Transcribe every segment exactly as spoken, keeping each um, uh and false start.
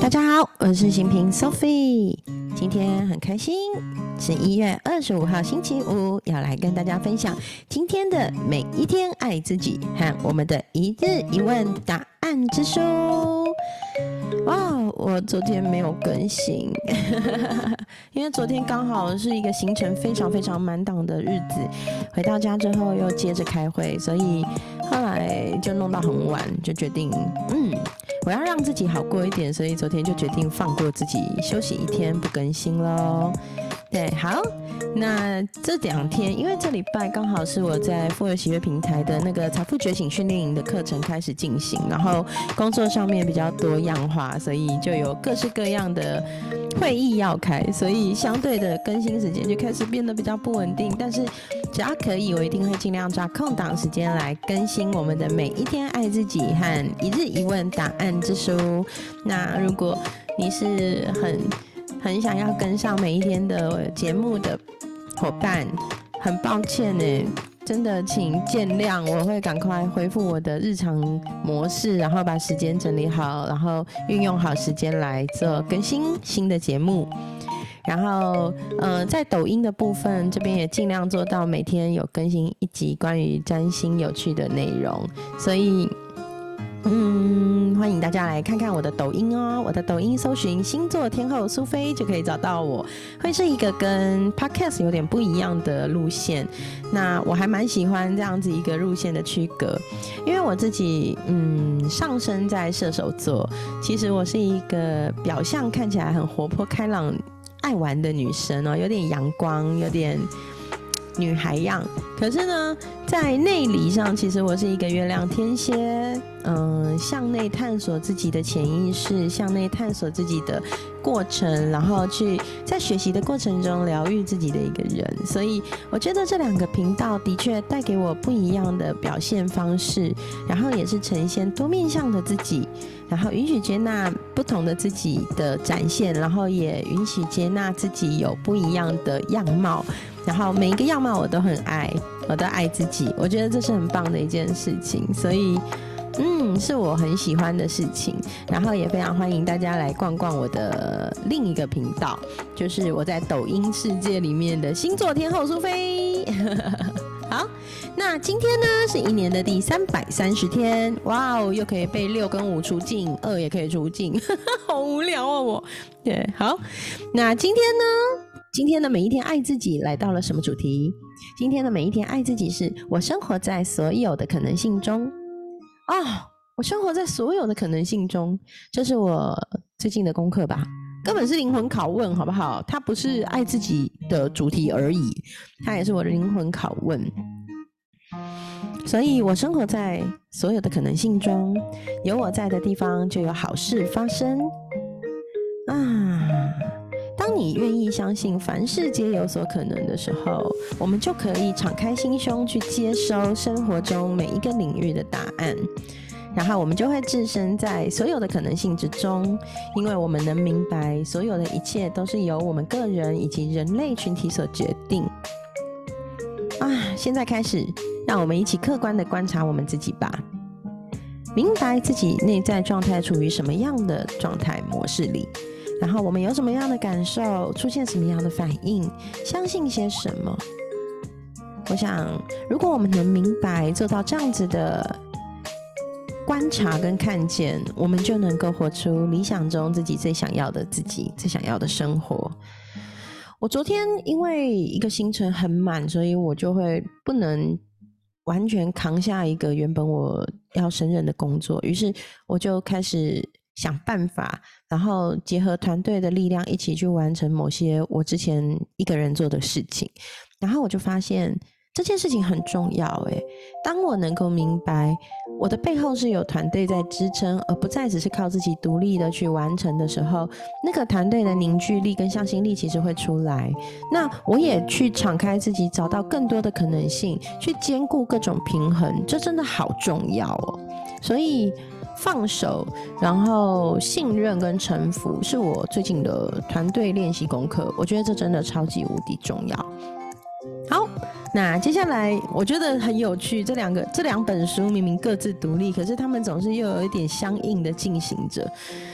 大家好，我是新平 Sophie， 今天很开心，十一月二十五号星期五，要来跟大家分享今天的每一天爱自己和我们的一日一问答案之书。哇，我昨天没有更新因为昨天刚好是一个行程非常非常满档的日子，回到家之后又接着开会，所以后来就弄到很晚，就决定嗯我要让自己好过一点，所以昨天就决定放过自己，休息一天不更新咯。对，好，那这两天因为这礼拜刚好是我在富有喜悦平台的那个财富觉醒训练营的课程开始进行，然后工作上面比较多样化，所以就有各式各样的会议要开，所以相对的更新时间就开始变得比较不稳定，但是只要可以，我一定会尽量抓空档时间来更新我们的每一天爱自己和一日一问答案之书。那如果你是很很想要跟上每一天的节目的伙伴，很抱歉耶，真的请见谅，我会赶快恢复我的日常模式，然后把时间整理好，然后运用好时间来做更新新的节目。然后呃，在抖音的部分这边也尽量做到每天有更新一集关于占星有趣的内容，所以嗯，欢迎大家来看看我的抖音哦。我的抖音搜寻星座天后苏菲就可以找到我，会是一个跟 podcast 有点不一样的路线。那我还蛮喜欢这样子一个路线的区隔，因为我自己嗯上升在射手座，其实我是一个表象看起来很活泼开朗爱玩的女生哦，有点阳光，有点女孩样。可是呢，在内里上，其实我是一个月亮天蝎，嗯，向内探索自己的潜意识，向内探索自己的过程，然后去在学习的过程中疗愈自己的一个人。所以我觉得这两个频道的确带给我不一样的表现方式，然后也是呈现多面向的自己，然后允许接纳不同的自己的展现，然后也允许接纳自己有不一样的样貌，然后每一个样貌我都很爱，我都爱自己，我觉得这是很棒的一件事情，所以嗯，是我很喜欢的事情。然后也非常欢迎大家来逛逛我的另一个频道，就是我在抖音世界里面的星座天后苏菲好，那今天呢是一年的第三百三十天，哇哦，又可以被六跟五除尽，二也可以除尽好无聊哦我。对，好，那今天呢今天的每一天爱自己来到了什么主题？今天的每一天爱自己是我生活在所有的可能性中。哦，我生活在所有的可能性中，这是我最近的功课吧，根本是灵魂拷问好不好？它不是爱自己的主题而已，它也是我的灵魂拷问。所以我生活在所有的可能性中，有我在的地方就有好事发生啊！当你愿意相信凡事皆有所可能的时候，我们就可以敞开心胸去接收生活中每一个领域的答案，然后我们就会置身在所有的可能性之中，因为我们能明白所有的一切都是由我们个人以及人类群体所决定啊！现在开始，让我们一起客观地观察我们自己吧，明白自己内在状态处于什么样的状态模式里，然后我们有什么样的感受，出现什么样的反应，相信些什么。我想如果我们能明白做到这样子的观察跟看见，我们就能够活出理想中自己最想要的自己，最想要的生活。我昨天因为一个行程很满，所以我就会不能完全扛下一个原本我要胜任的工作，于是我就开始想办法，然后结合团队的力量一起去完成某些我之前一个人做的事情。然后我就发现这件事情很重要耶，当我能够明白我的背后是有团队在支撑，而不再只是靠自己独立的去完成的时候，那个团队的凝聚力跟向心力其实会出来。那我也去敞开自己，找到更多的可能性，去兼顾各种平衡，这真的好重要哦。所以放手，然后信任跟臣服是我最近的团队练习功课，我觉得这真的超级无敌重要。好，那接下来我觉得很有趣，这两个这两本书明明各自独立，可是他们总是又有一点相应的进行着。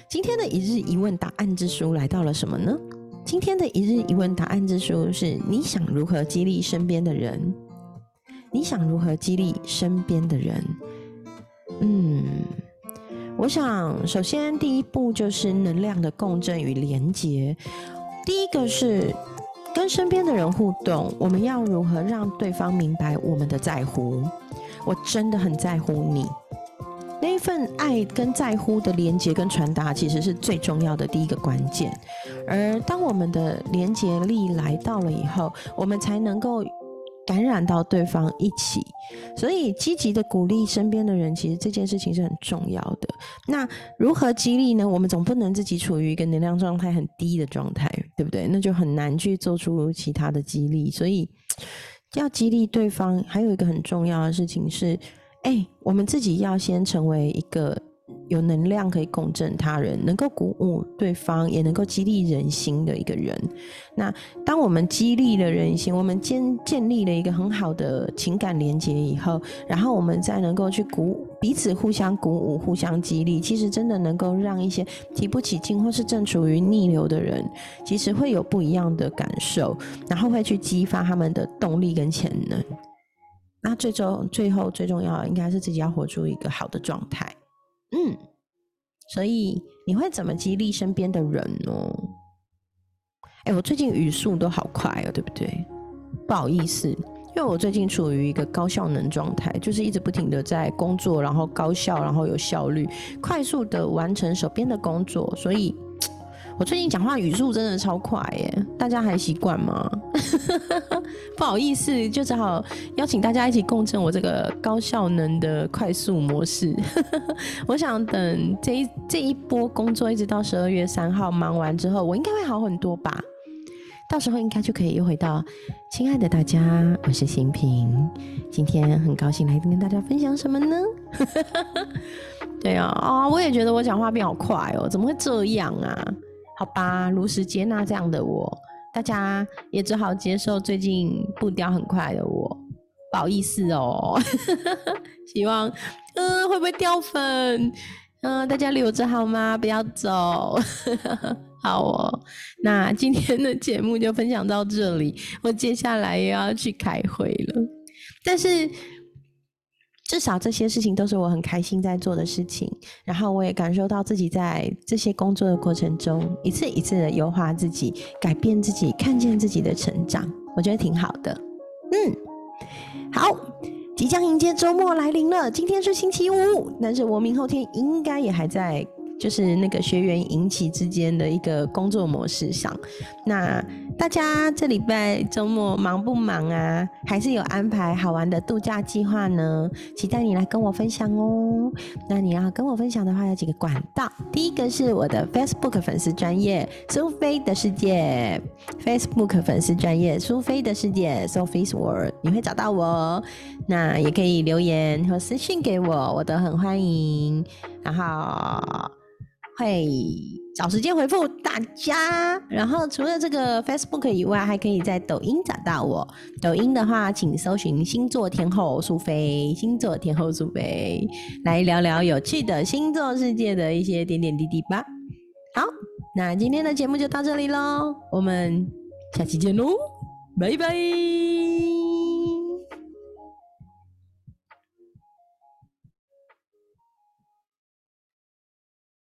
今天的一日一问答案之书来到了什么呢？今天的一日一问答案之书是：你想如何激励身边的人？你想如何激励身边的人？嗯，我想首先第一步就是能量的共振与连结。第一个是跟身边的人互动，我们要如何让对方明白我们的在乎？我真的很在乎你。那一份爱跟在乎的连结跟传达，其实是最重要的第一个关键。而当我们的连结力来到了以后，我们才能够感染到对方一起。所以积极的鼓励身边的人，其实这件事情是很重要的。那如何激励呢？我们总不能自己处于一个能量状态很低的状态，对不对？那就很难去做出其他的激励。所以要激励对方，还有一个很重要的事情是，哎，我们自己要先成为一个有能量可以共振他人，能够鼓舞对方，也能够激励人心的一个人。那当我们激励了人心，我们建建立了一个很好的情感连结以后，然后我们再能够去鼓彼此互相鼓舞，互相激励，其实真的能够让一些提不起劲或是正处于逆流的人，其实会有不一样的感受，然后会去激发他们的动力跟潜能。那最终最后最重要的应该是自己要活出一个好的状态。嗯，所以你会怎么激励身边的人呢？哎，我最近语速都好快哦，对不对？不好意思，因为我最近处于一个高效能状态，就是一直不停的在工作，然后高效，然后有效率，快速的完成手边的工作，所以我最近讲话语速真的超快耶，大家还习惯吗？不好意思，就只好邀请大家一起共振我这个高效能的快速模式。我想等这一这一波工作一直到十二月三号忙完之后，我应该会好很多吧。到时候应该就可以又回到亲爱的大家，我是心屏，今天很高兴来跟大家分享什么呢？对啊，啊、哦，我也觉得我讲话变好快哦，怎么会这样啊？好吧，如实接纳这样的我，大家也只好接受最近步调很快的我，不好意思哦。希望嗯、呃、会不会掉粉，嗯、呃、大家留着好吗？不要走。好哦，那今天的节目就分享到这里，我接下来也要去开会了，但是至少这些事情都是我很开心在做的事情，然后我也感受到自己在这些工作的过程中一次一次的优化自己，改变自己，看见自己的成长，我觉得挺好的。嗯，好，即将迎接周末来临了，今天是星期五，但是我明后天应该也还在就是那个学员引起之间的一个工作模式上。那大家这礼拜周末忙不忙啊？还是有安排好玩的度假计划呢？期待你来跟我分享哦。那你要跟我分享的话有几个管道，第一个是我的 Facebook 粉丝专页苏菲的世界， Facebook 粉丝专页苏菲的世界 Sophie's World， 你会找到我，那也可以留言或私讯给我，我都很欢迎，然后会找时间回复大家。然后除了这个 Facebook 以外，还可以在抖音找到我，抖音的话请搜寻星座天后苏菲，星座天后苏菲，来聊聊有趣的星座世界的一些点点滴滴吧。好，那今天的节目就到这里咯，我们下期见咯，拜拜。